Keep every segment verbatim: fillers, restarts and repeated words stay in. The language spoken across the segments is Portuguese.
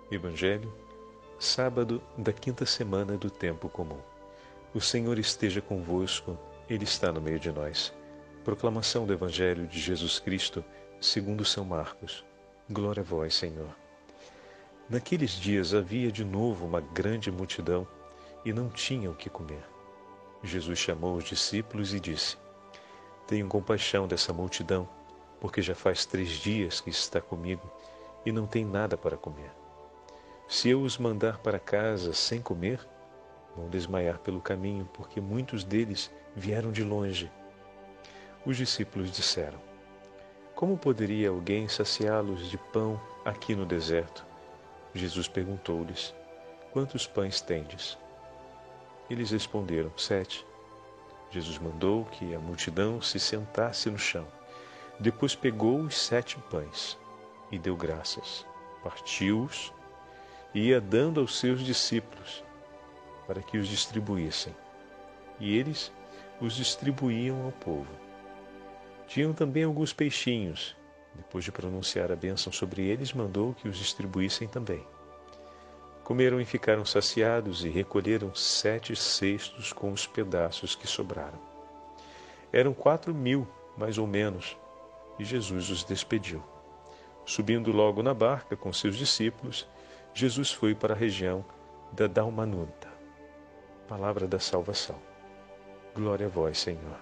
Evangelho, sábado da quinta semana do tempo comum. O Senhor esteja convosco, Ele está no meio de nós. Proclamação do Evangelho de Jesus Cristo, segundo São Marcos. Glória a vós, Senhor. Naqueles dias havia de novo uma grande multidão e não tinham o que comer. Jesus chamou os discípulos e disse: Tenham compaixão dessa multidão, porque já faz três dias que está comigo e não tem nada para comer. Se eu os mandar para casa sem comer, vão desmaiar pelo caminho, porque muitos deles vieram de longe. Os discípulos disseram: Como poderia alguém saciá-los de pão aqui no deserto? Jesus perguntou-lhes: Quantos pães tendes? Eles responderam: Sete. Jesus mandou que a multidão se sentasse no chão. Depois pegou os sete pães e deu graças, partiu-os e ia dando aos seus discípulos para que os distribuíssem. E eles os distribuíam ao povo. Tinham também alguns peixinhos. Depois de pronunciar a bênção sobre eles, mandou que os distribuíssem também. Comeram e ficaram saciados e recolheram sete cestos com os pedaços que sobraram. Eram quatro mil, mais ou menos, e Jesus os despediu. Subindo logo na barca com seus discípulos, Jesus foi para a região da Dalmanúta. Palavra da salvação. Glória a vós, Senhor.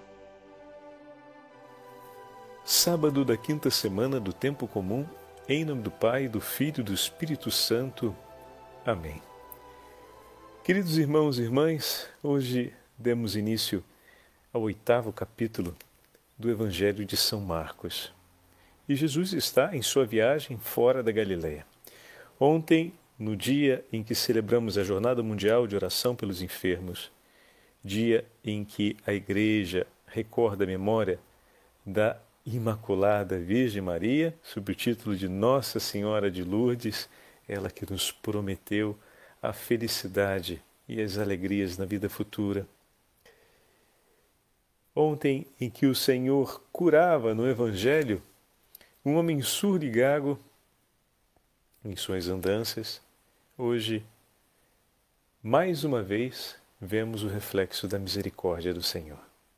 Sábado da quinta semana do tempo comum, em nome do Pai, do Filho e do Espírito Santo. Amém. Queridos irmãos e irmãs, hoje demos início ao oitavo capítulo do Evangelho de São Marcos. E Jesus está em sua viagem fora da Galileia. Ontem, no dia em que celebramos a Jornada Mundial de Oração pelos Enfermos, dia em que a Igreja recorda a memória da Imaculada Virgem Maria, sob o título de Nossa Senhora de Lourdes, ela que nos prometeu a felicidade e as alegrias na vida futura. Ontem, em que o Senhor curava no Evangelho um homem surdo e gago em suas andanças, hoje, mais uma vez, vemos o reflexo da misericórdia do Senhor.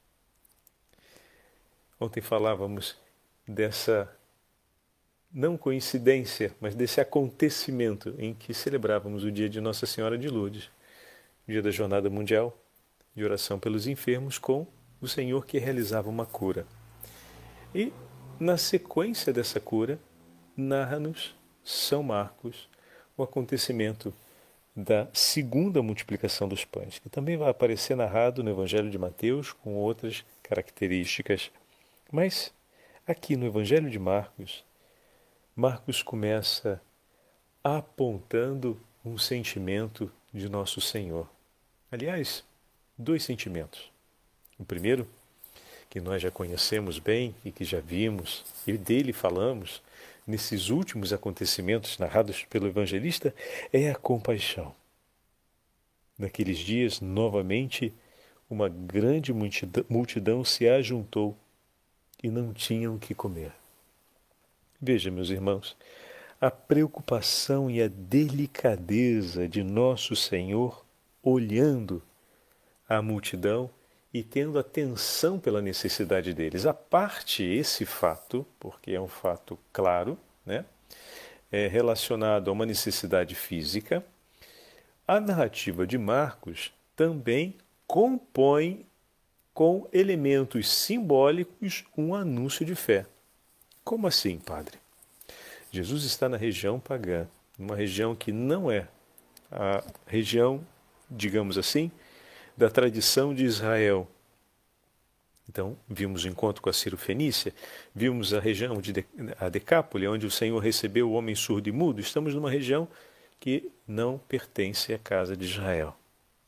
Ontem falávamos dessa, não coincidência, mas desse acontecimento em que celebrávamos o dia de Nossa Senhora de Lourdes, o dia da Jornada Mundial de Oração pelos Enfermos, com o Senhor que realizava uma cura. E, na sequência dessa cura, narra-nos São Marcos o acontecimento da segunda multiplicação dos pães, que também vai aparecer narrado no Evangelho de Mateus com outras características. Mas, aqui no Evangelho de Marcos, Marcos começa apontando um sentimento de Nosso Senhor. Aliás, dois sentimentos. O primeiro, que nós já conhecemos bem e que já vimos e dele falamos nesses últimos acontecimentos narrados pelo evangelista, é a compaixão. Naqueles dias, novamente, uma grande multidão, multidão se ajuntou e não tinham o que comer. Veja, meus irmãos, a preocupação e a delicadeza de Nosso Senhor olhando a multidão e tendo atenção pela necessidade deles. A parte esse fato, porque é um fato claro, né, é relacionado a uma necessidade física, a narrativa de Marcos também compõe com elementos simbólicos um anúncio de fé. Como assim, padre? Jesus está na região pagã, numa região que não é a região, digamos assim, da tradição de Israel. Então, vimos o encontro com a Ciro-Fenícia, vimos a região de a Decápole, onde o Senhor recebeu o homem surdo e mudo. Estamos numa região que não pertence à casa de Israel.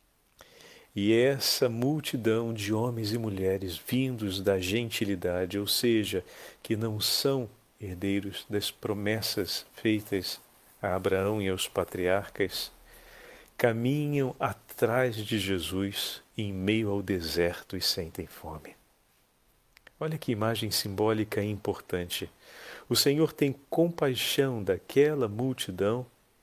E essa multidão de homens e mulheres vindos da gentilidade, ou seja, que não são herdeiros das promessas feitas a Abraão e aos patriarcas, caminham atrás de Jesus em meio ao deserto e sentem fome. Olha que imagem simbólica importante. O Senhor tem compaixão daquela multidão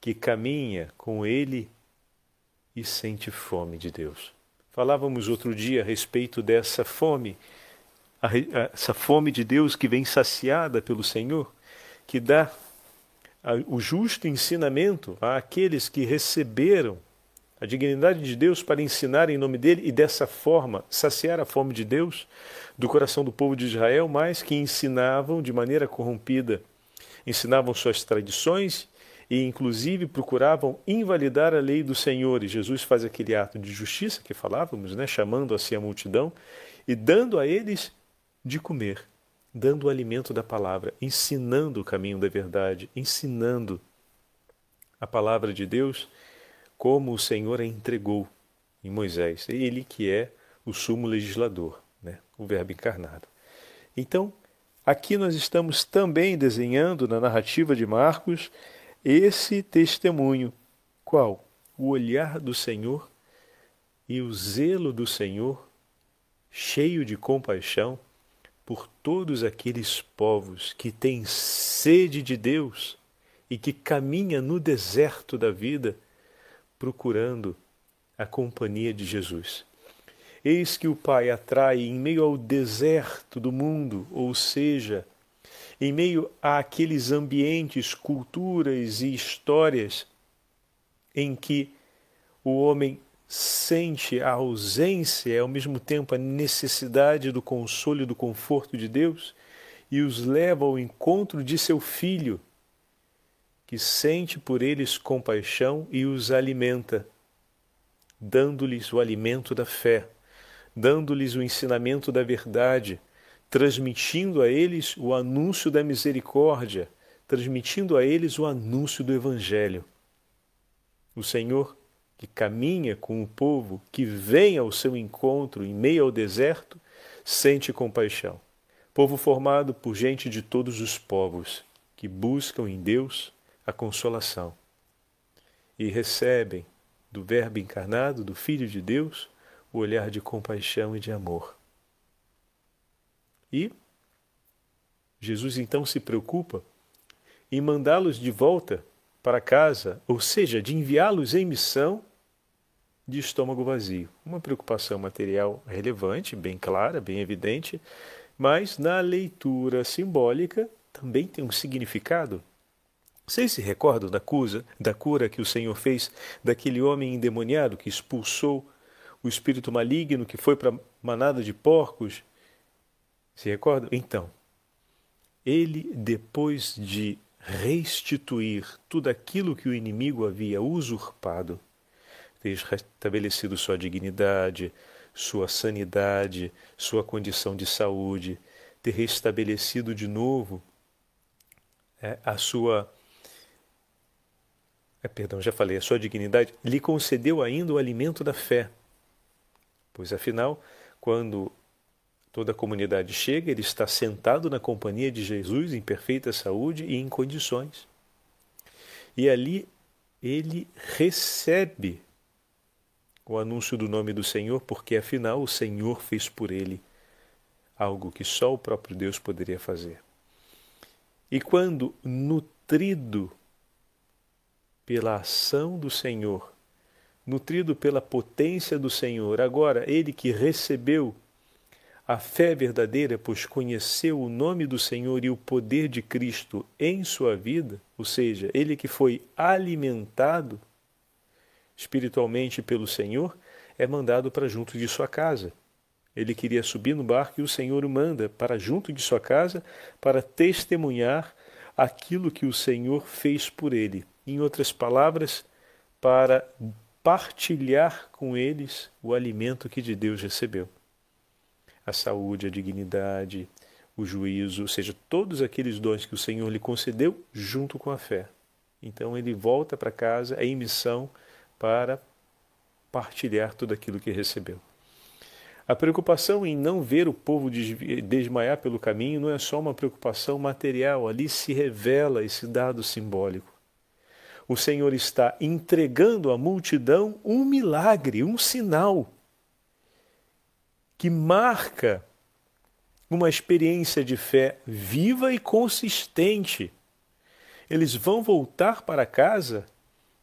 que caminha com ele e sente fome de Deus. Falávamos outro dia a respeito dessa fome, essa fome de Deus que vem saciada pelo Senhor, que dá o justo ensinamento àqueles que receberam a dignidade de Deus para ensinar em nome dele e dessa forma saciar a fome de Deus do coração do povo de Israel, mas que ensinavam de maneira corrompida, ensinavam suas tradições e inclusive procuravam invalidar a lei do Senhor. E Jesus faz aquele ato de justiça que falávamos, né, chamando assim a multidão e dando a eles de comer, dando o alimento da palavra, ensinando o caminho da verdade, ensinando a palavra de Deus como o Senhor a entregou em Moisés, ele que é o sumo legislador, né? O Verbo encarnado. Então, aqui nós estamos também desenhando na narrativa de Marcos esse testemunho. Qual? O olhar do Senhor e o zelo do Senhor, cheio de compaixão por todos aqueles povos que têm sede de Deus e que caminham no deserto da vida procurando a companhia de Jesus. Eis que o Pai atrai em meio ao deserto do mundo, ou seja, em meio àqueles ambientes, culturas e histórias em que o homem sente a ausência e ao mesmo tempo a necessidade do consolo e do conforto de Deus e os leva ao encontro de seu Filho, que sente por eles compaixão e os alimenta, dando-lhes o alimento da fé, dando-lhes o ensinamento da verdade, transmitindo a eles o anúncio da misericórdia, transmitindo a eles o anúncio do Evangelho. O Senhor, que caminha com o povo, que vem ao seu encontro em meio ao deserto, sente compaixão. Povo formado por gente de todos os povos, que buscam em Deus a consolação e recebem do Verbo encarnado, do Filho de Deus, o olhar de compaixão e de amor. E Jesus então se preocupa em mandá-los de volta para casa, ou seja, de enviá-los em missão de estômago vazio. Uma preocupação material relevante, bem clara, bem evidente, mas na leitura simbólica também tem um significado. Vocês se recordam da cura, da cura que o Senhor fez daquele homem endemoniado que expulsou o espírito maligno, que foi para a manada de porcos? Se recordam? Então, ele, depois de restituir tudo aquilo que o inimigo havia usurpado, ter restabelecido sua dignidade, sua sanidade, sua condição de saúde, ter restabelecido de novo é, a sua... É, perdão, já falei, a sua dignidade, lhe concedeu ainda o alimento da fé. Pois, afinal, quando toda a comunidade chega, ele está sentado na companhia de Jesus em perfeita saúde e em condições. E ali ele recebe o anúncio do nome do Senhor, porque afinal o Senhor fez por ele algo que só o próprio Deus poderia fazer. E quando nutrido pela ação do Senhor, nutrido pela potência do Senhor, agora ele que recebeu a fé verdadeira, pois conheceu o nome do Senhor e o poder de Cristo em sua vida, ou seja, ele que foi alimentado espiritualmente pelo Senhor, é mandado para junto de sua casa. Ele queria subir no barco e o Senhor o manda para junto de sua casa para testemunhar aquilo que o Senhor fez por ele. Em outras palavras, para partilhar com eles o alimento que de Deus recebeu. A saúde, a dignidade, o juízo, ou seja, todos aqueles dons que o Senhor lhe concedeu junto com a fé. Então ele volta para casa, é em missão para partilhar tudo aquilo que recebeu. A preocupação em não ver o povo desmaiar pelo caminho não é só uma preocupação material, ali se revela esse dado simbólico. O Senhor está entregando à multidão um milagre, um sinal que marca uma experiência de fé viva e consistente. Eles vão voltar para casa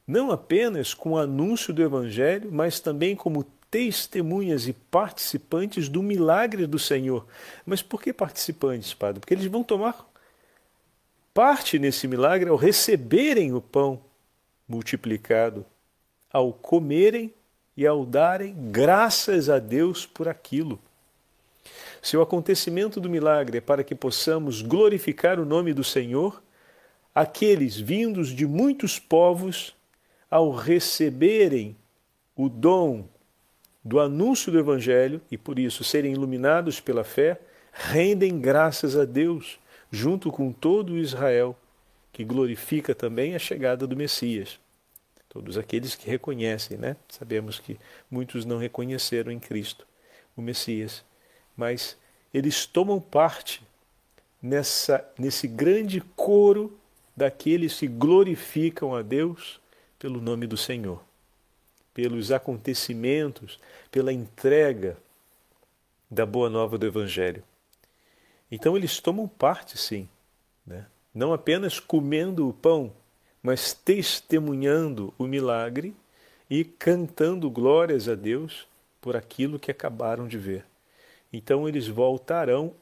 não apenas com o anúncio do Evangelho, mas também como testemunhas e participantes do milagre do Senhor. Mas por que participantes, Padre? Porque eles vão tomar parte nesse milagre ao receberem o pão multiplicado, ao comerem e ao darem graças a Deus por aquilo. Se o acontecimento do milagre é para que possamos glorificar o nome do Senhor, aqueles vindos de muitos povos, ao receberem o dom do anúncio do Evangelho e por isso serem iluminados pela fé, rendem graças a Deus, junto com todo o Israel, que glorifica também a chegada do Messias. Todos aqueles que reconhecem, né? Sabemos que muitos não reconheceram em Cristo o Messias, mas eles tomam parte nessa, nesse grande coro daqueles que glorificam a Deus pelo nome do Senhor, pelos acontecimentos, pela entrega da boa nova do Evangelho. Então eles tomam parte, sim, né? Não apenas comendo o pão, mas testemunhando o milagre e cantando glórias a Deus por aquilo que acabaram de ver. Então eles voltarão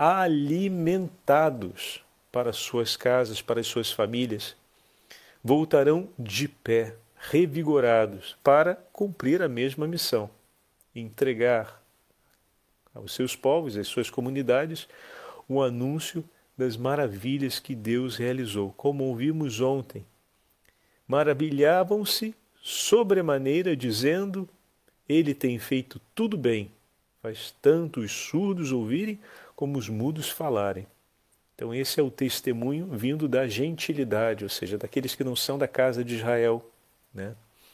alimentados para suas casas, para as suas famílias, voltarão de pé, revigorados, para cumprir a mesma missão, entregar aos seus povos, às suas comunidades, o anúncio das maravilhas que Deus realizou. Como ouvimos ontem, maravilhavam-se sobremaneira, dizendo: Ele tem feito tudo bem, faz tanto os surdos ouvirem como os mudos falarem. Então esse é o testemunho vindo da gentilidade, ou seja, daqueles que não são da casa de Israel, né?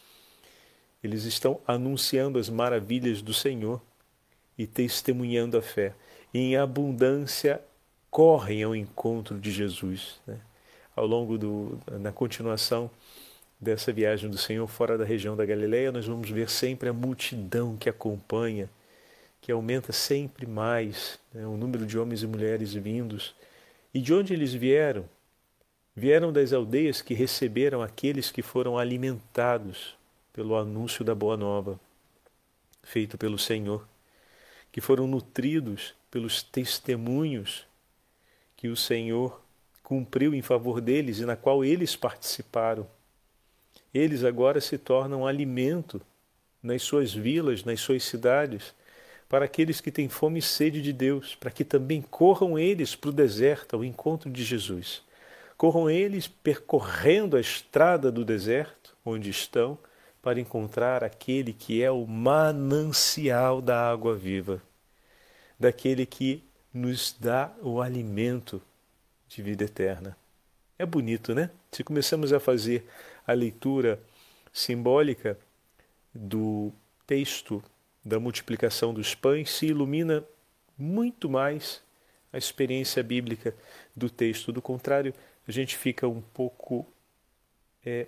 Eles estão anunciando as maravilhas do Senhor e testemunhando a fé. E em abundância correm ao encontro de Jesus, né? Ao longo do, na continuação dessa viagem do Senhor fora da região da Galileia, nós vamos ver sempre a multidão que acompanha, que aumenta sempre mais, né, o número de homens e mulheres vindos. E de onde eles vieram? Vieram das aldeias que receberam aqueles que foram alimentados pelo anúncio da Boa Nova, feito pelo Senhor, que foram nutridos pelos testemunhos que o Senhor cumpriu em favor deles e na qual eles participaram. Eles agora se tornam alimento nas suas vilas, nas suas cidades, para aqueles que têm fome e sede de Deus, para que também corram eles para o deserto, ao encontro de Jesus. Corram eles percorrendo a estrada do deserto, onde estão, para encontrar aquele que é o manancial da água viva, daquele que nos dá o alimento de vida eterna. É bonito, né? Se começamos a fazer a leitura simbólica do texto da multiplicação dos pães, se ilumina muito mais a experiência bíblica do texto. Do contrário, a gente fica um pouco é,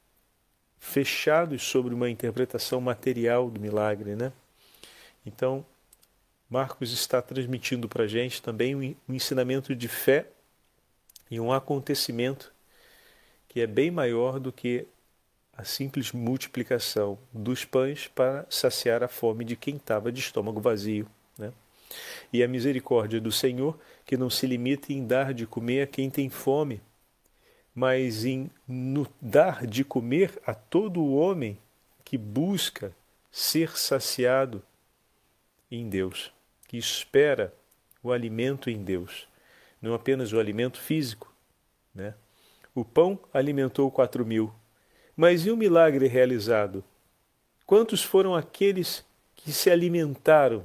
fechados sobre uma interpretação material do milagre, né? Então, Marcos está transmitindo para a gente também um ensinamento de fé e um acontecimento que é bem maior do que a simples multiplicação dos pães para saciar a fome de quem estava de estômago vazio, né? E a misericórdia do Senhor, que não se limita em dar de comer a quem tem fome, mas em no dar de comer a todo o homem que busca ser saciado em Deus, que espera o alimento em Deus, não apenas o alimento físico, né? O pão alimentou quatro mil, mas e o milagre realizado? Quantos foram aqueles que se alimentaram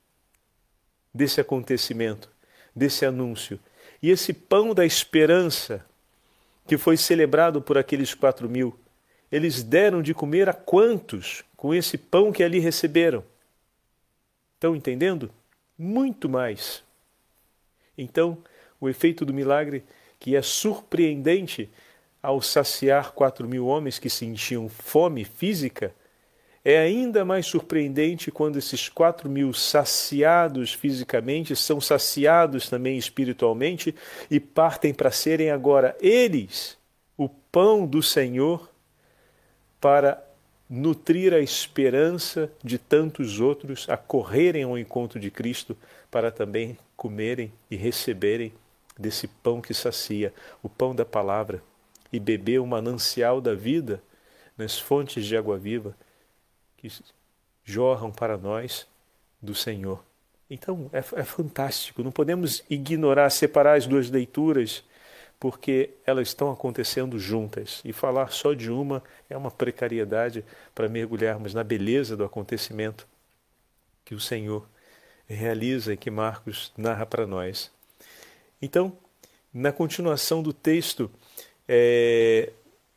desse acontecimento, desse anúncio? E esse pão da esperança que foi celebrado por aqueles quatro mil, eles deram de comer a quantos com esse pão que ali receberam? Estão entendendo? Muito mais. Então, o efeito do milagre, que é surpreendente ao saciar quatro mil homens que sentiam fome física, é ainda mais surpreendente quando esses quatro mil saciados fisicamente são saciados também espiritualmente e partem para serem agora eles o pão do Senhor para nutrir a esperança de tantos outros a correrem ao encontro de Cristo para também comerem e receberem desse pão que sacia, o pão da palavra, e beber o manancial da vida nas fontes de água viva que jorram para nós do Senhor. Então é, é fantástico, não podemos ignorar, separar as duas leituras, porque elas estão acontecendo juntas. E falar só de uma é uma precariedade para mergulharmos na beleza do acontecimento que o Senhor realiza e que Marcos narra para nós. Então, na continuação do texto, é,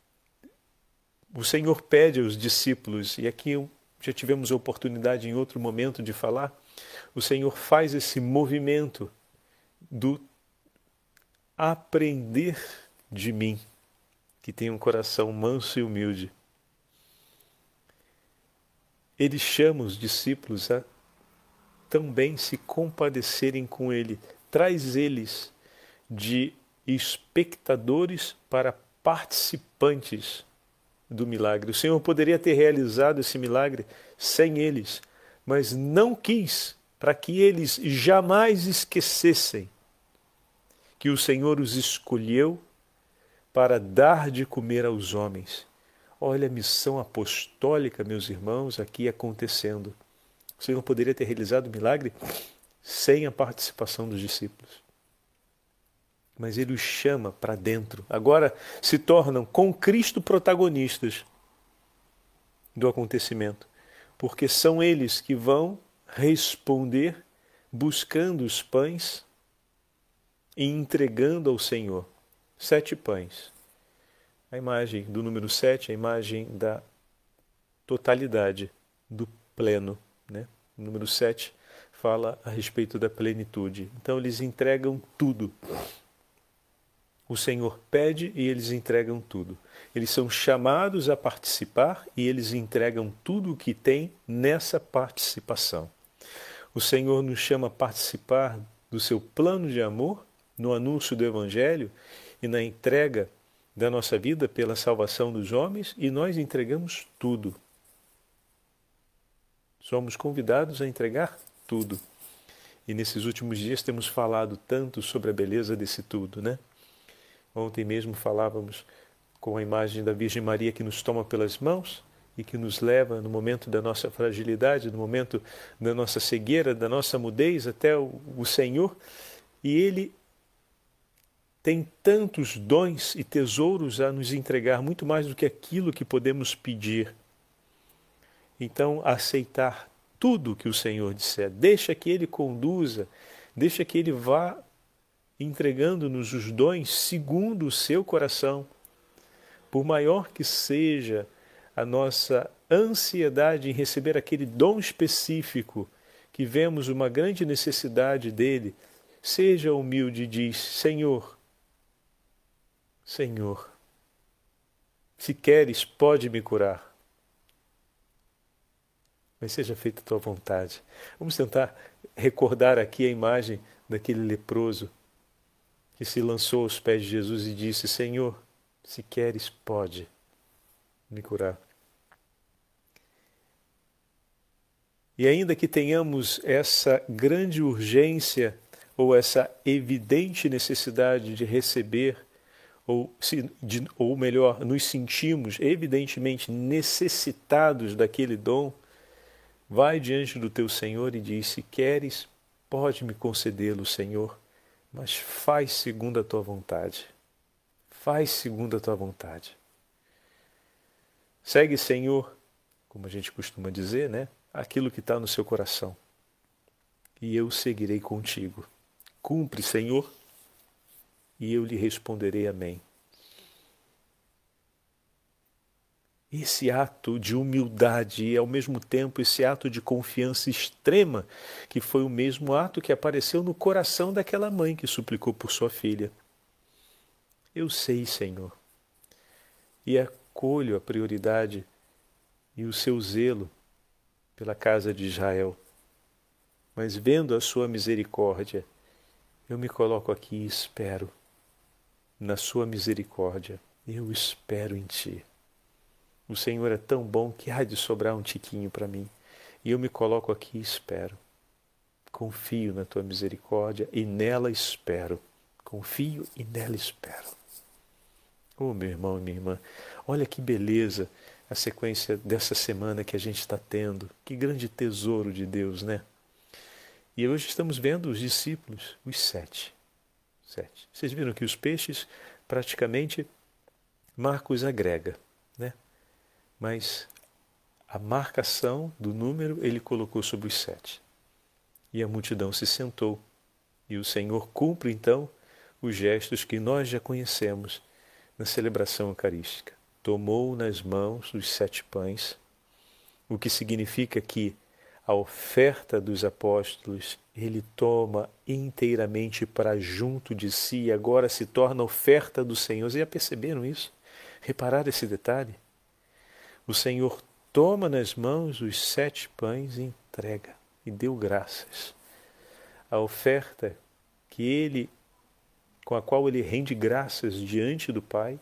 o Senhor pede aos discípulos, e aqui já tivemos a oportunidade em outro momento de falar, o Senhor faz esse movimento do aprender de mim, que tem um coração manso e humilde. Ele chama os discípulos a também se compadecerem com ele, traz eles de espectadores para participantes do milagre. O Senhor poderia ter realizado esse milagre sem eles, mas não quis, para que eles jamais esquecessem que o Senhor os escolheu para dar de comer aos homens. Olha a missão apostólica, meus irmãos, aqui acontecendo. O Senhor poderia ter realizado o milagre sem a participação dos discípulos. Mas Ele os chama para dentro. Agora se tornam com Cristo protagonistas do acontecimento, porque são eles que vão responder buscando os pães e entregando ao Senhor. Sete pães. A imagem do número sete, a imagem da totalidade, do pleno. Né? O número sete fala a respeito da plenitude. Então eles entregam tudo. O Senhor pede e eles entregam tudo. Eles são chamados a participar e eles entregam tudo o que tem nessa participação. O Senhor nos chama a participar do seu plano de amor no anúncio do Evangelho e na entrega da nossa vida pela salvação dos homens, e nós entregamos tudo. Somos convidados a entregar tudo. E nesses últimos dias temos falado tanto sobre a beleza desse tudo, né? Ontem mesmo falávamos com a imagem da Virgem Maria que nos toma pelas mãos e que nos leva no momento da nossa fragilidade, no momento da nossa cegueira, da nossa mudez até o, o Senhor. E Ele tem tantos dons e tesouros a nos entregar, muito mais do que aquilo que podemos pedir. Então, aceitar tudo que o Senhor disser, deixa que Ele conduza, deixa que Ele vá entregando-nos os dons segundo o seu coração. Por maior que seja a nossa ansiedade em receber aquele dom específico, que vemos uma grande necessidade dele, seja humilde e diz: Senhor, Senhor, se queres, pode me curar. Mas seja feita a tua vontade. Vamos tentar recordar aqui a imagem daquele leproso que se lançou aos pés de Jesus e disse: Senhor, se queres, pode me curar. E ainda que tenhamos essa grande urgência ou essa evidente necessidade de receber, ou, se, de, ou melhor, nos sentimos evidentemente necessitados daquele dom, vai diante do teu Senhor e diz: se queres, pode me concedê-lo, Senhor, mas faz segundo a tua vontade. Faz segundo a tua vontade. Segue, Senhor, como a gente costuma dizer, né? Aquilo que está no seu coração. E eu seguirei contigo. Cumpre, Senhor, e eu lhe responderei amém. Esse ato de humildade e, ao mesmo tempo, esse ato de confiança extrema, que foi o mesmo ato que apareceu no coração daquela mãe que suplicou por sua filha. Eu sei, Senhor, e acolho a prioridade e o seu zelo pela casa de Israel. Mas vendo a sua misericórdia, eu me coloco aqui e espero. Na sua misericórdia, eu espero em ti. O Senhor é tão bom que há de sobrar um tiquinho para mim. E eu me coloco aqui e espero. Confio na tua misericórdia e nela espero. Confio e nela espero. Oh, meu irmão e minha irmã, olha que beleza a sequência dessa semana que a gente está tendo. Que grande tesouro de Deus, né? E hoje estamos vendo os discípulos, os sete. Sete. Vocês viram que os peixes, praticamente, Marcos agrega, né? Mas a marcação do número ele colocou sobre os sete. E a multidão se sentou. E o Senhor cumpre, então, os gestos que nós já conhecemos na celebração eucarística. Tomou nas mãos os sete pães, o que significa que a oferta dos apóstolos ele toma inteiramente para junto de si e agora se torna oferta do Senhor. Vocês já perceberam isso? Repararam esse detalhe? O Senhor toma nas mãos os sete pães e entrega e deu graças. A oferta que ele, com a qual ele rende graças diante do Pai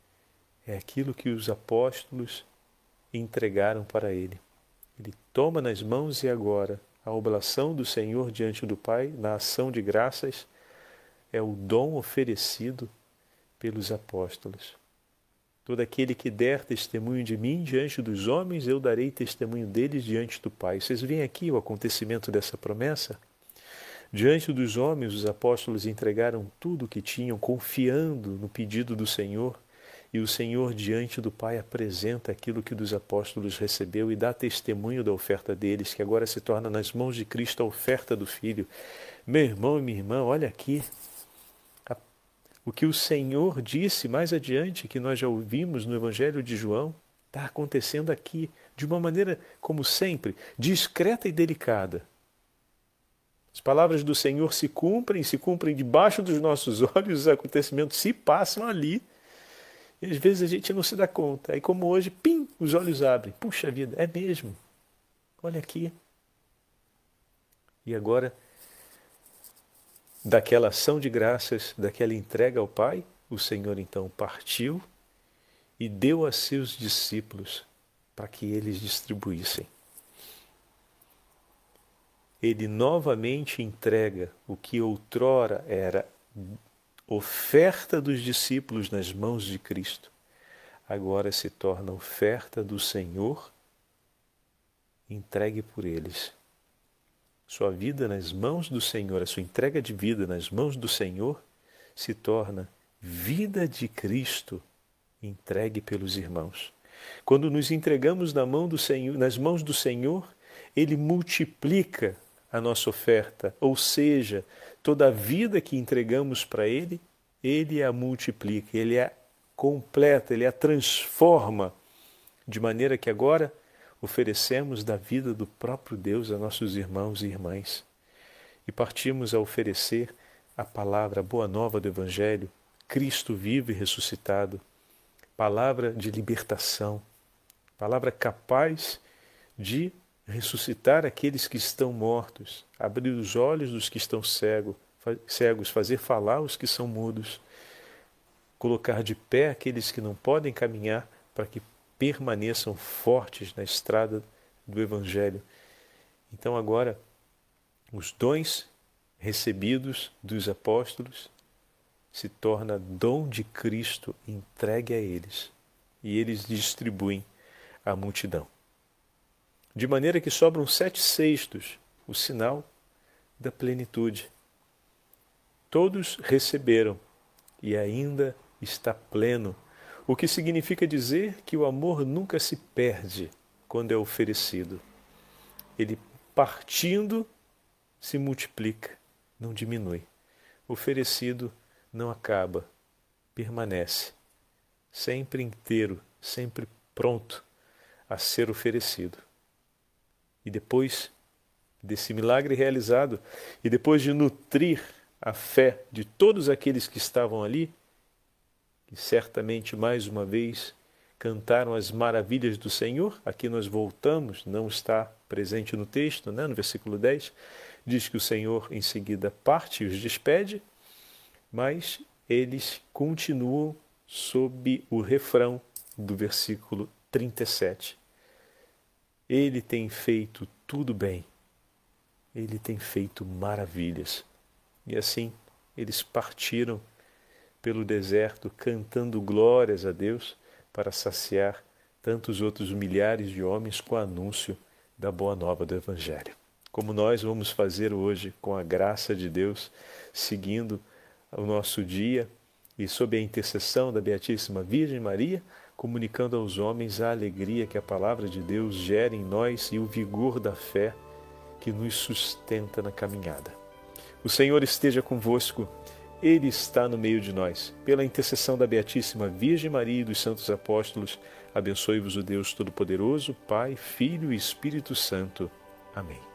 é aquilo que os apóstolos entregaram para ele. Ele toma nas mãos e agora a oblação do Senhor diante do Pai, na ação de graças, é o dom oferecido pelos apóstolos. Todo aquele que der testemunho de mim diante dos homens, eu darei testemunho deles diante do Pai. Vocês veem aqui o acontecimento dessa promessa? Diante dos homens, os apóstolos entregaram tudo o que tinham, confiando no pedido do Senhor, e o Senhor, diante do Pai, apresenta aquilo que dos apóstolos recebeu e dá testemunho da oferta deles, que agora se torna nas mãos de Cristo a oferta do Filho. Meu irmão e minha irmã, olha aqui a, o que o Senhor disse mais adiante, que nós já ouvimos no Evangelho de João, está acontecendo aqui, de uma maneira, como sempre, discreta e delicada. As palavras do Senhor se cumprem, se cumprem debaixo dos nossos olhos, os acontecimentos se passam ali. E às vezes a gente não se dá conta. Aí como hoje, pim, os olhos abrem. Puxa vida, é mesmo. Olha aqui. E agora, daquela ação de graças, daquela entrega ao Pai, o Senhor então partiu e deu a seus discípulos para que eles distribuíssem. Ele novamente entrega o que outrora era oferta dos discípulos nas mãos de Cristo, agora se torna oferta do Senhor, entregue por eles. Sua vida nas mãos do Senhor, a sua entrega de vida nas mãos do Senhor, se torna vida de Cristo entregue pelos irmãos. Quando nos entregamos na mão do Senhor, nas mãos do Senhor, Ele multiplica a nossa oferta, ou seja, toda a vida que entregamos para Ele, Ele a multiplica, Ele a completa, Ele a transforma, de maneira que agora oferecemos da vida do próprio Deus a nossos irmãos e irmãs. E partimos a oferecer a palavra, a boa nova do Evangelho, Cristo vivo e ressuscitado, palavra de libertação, palavra capaz de ressuscitar aqueles que estão mortos, abrir os olhos dos que estão cego, cegos, fazer falar os que são mudos, colocar de pé aqueles que não podem caminhar para que permaneçam fortes na estrada do Evangelho. Então agora, os dons recebidos dos apóstolos se torna dom de Cristo entregue a eles, e eles distribuem à multidão. De maneira que sobram sete sextos, o sinal da plenitude. Todos receberam e ainda está pleno, o que significa dizer que o amor nunca se perde quando é oferecido. Ele, partindo, se multiplica, não diminui. Oferecido não acaba, permanece, sempre inteiro, sempre pronto a ser oferecido. E depois desse milagre realizado, e depois de nutrir a fé de todos aqueles que estavam ali, que certamente mais uma vez cantaram as maravilhas do Senhor, aqui nós voltamos, não está presente no texto, né? No versículo dez, diz que o Senhor em seguida parte e os despede, mas eles continuam sob o refrão do versículo trinta e sete. Ele tem feito tudo bem. Ele tem feito maravilhas. E assim, eles partiram pelo deserto cantando glórias a Deus para saciar tantos outros milhares de homens com o anúncio da boa nova do Evangelho. Como nós vamos fazer hoje com a graça de Deus, seguindo o nosso dia e sob a intercessão da Beatíssima Virgem Maria, comunicando aos homens a alegria que a palavra de Deus gera em nós e o vigor da fé que nos sustenta na caminhada. O Senhor esteja convosco. Ele está no meio de nós. Pela intercessão da Beatíssima Virgem Maria e dos santos apóstolos, abençoe-vos o Deus Todo-Poderoso, Pai, Filho e Espírito Santo. Amém.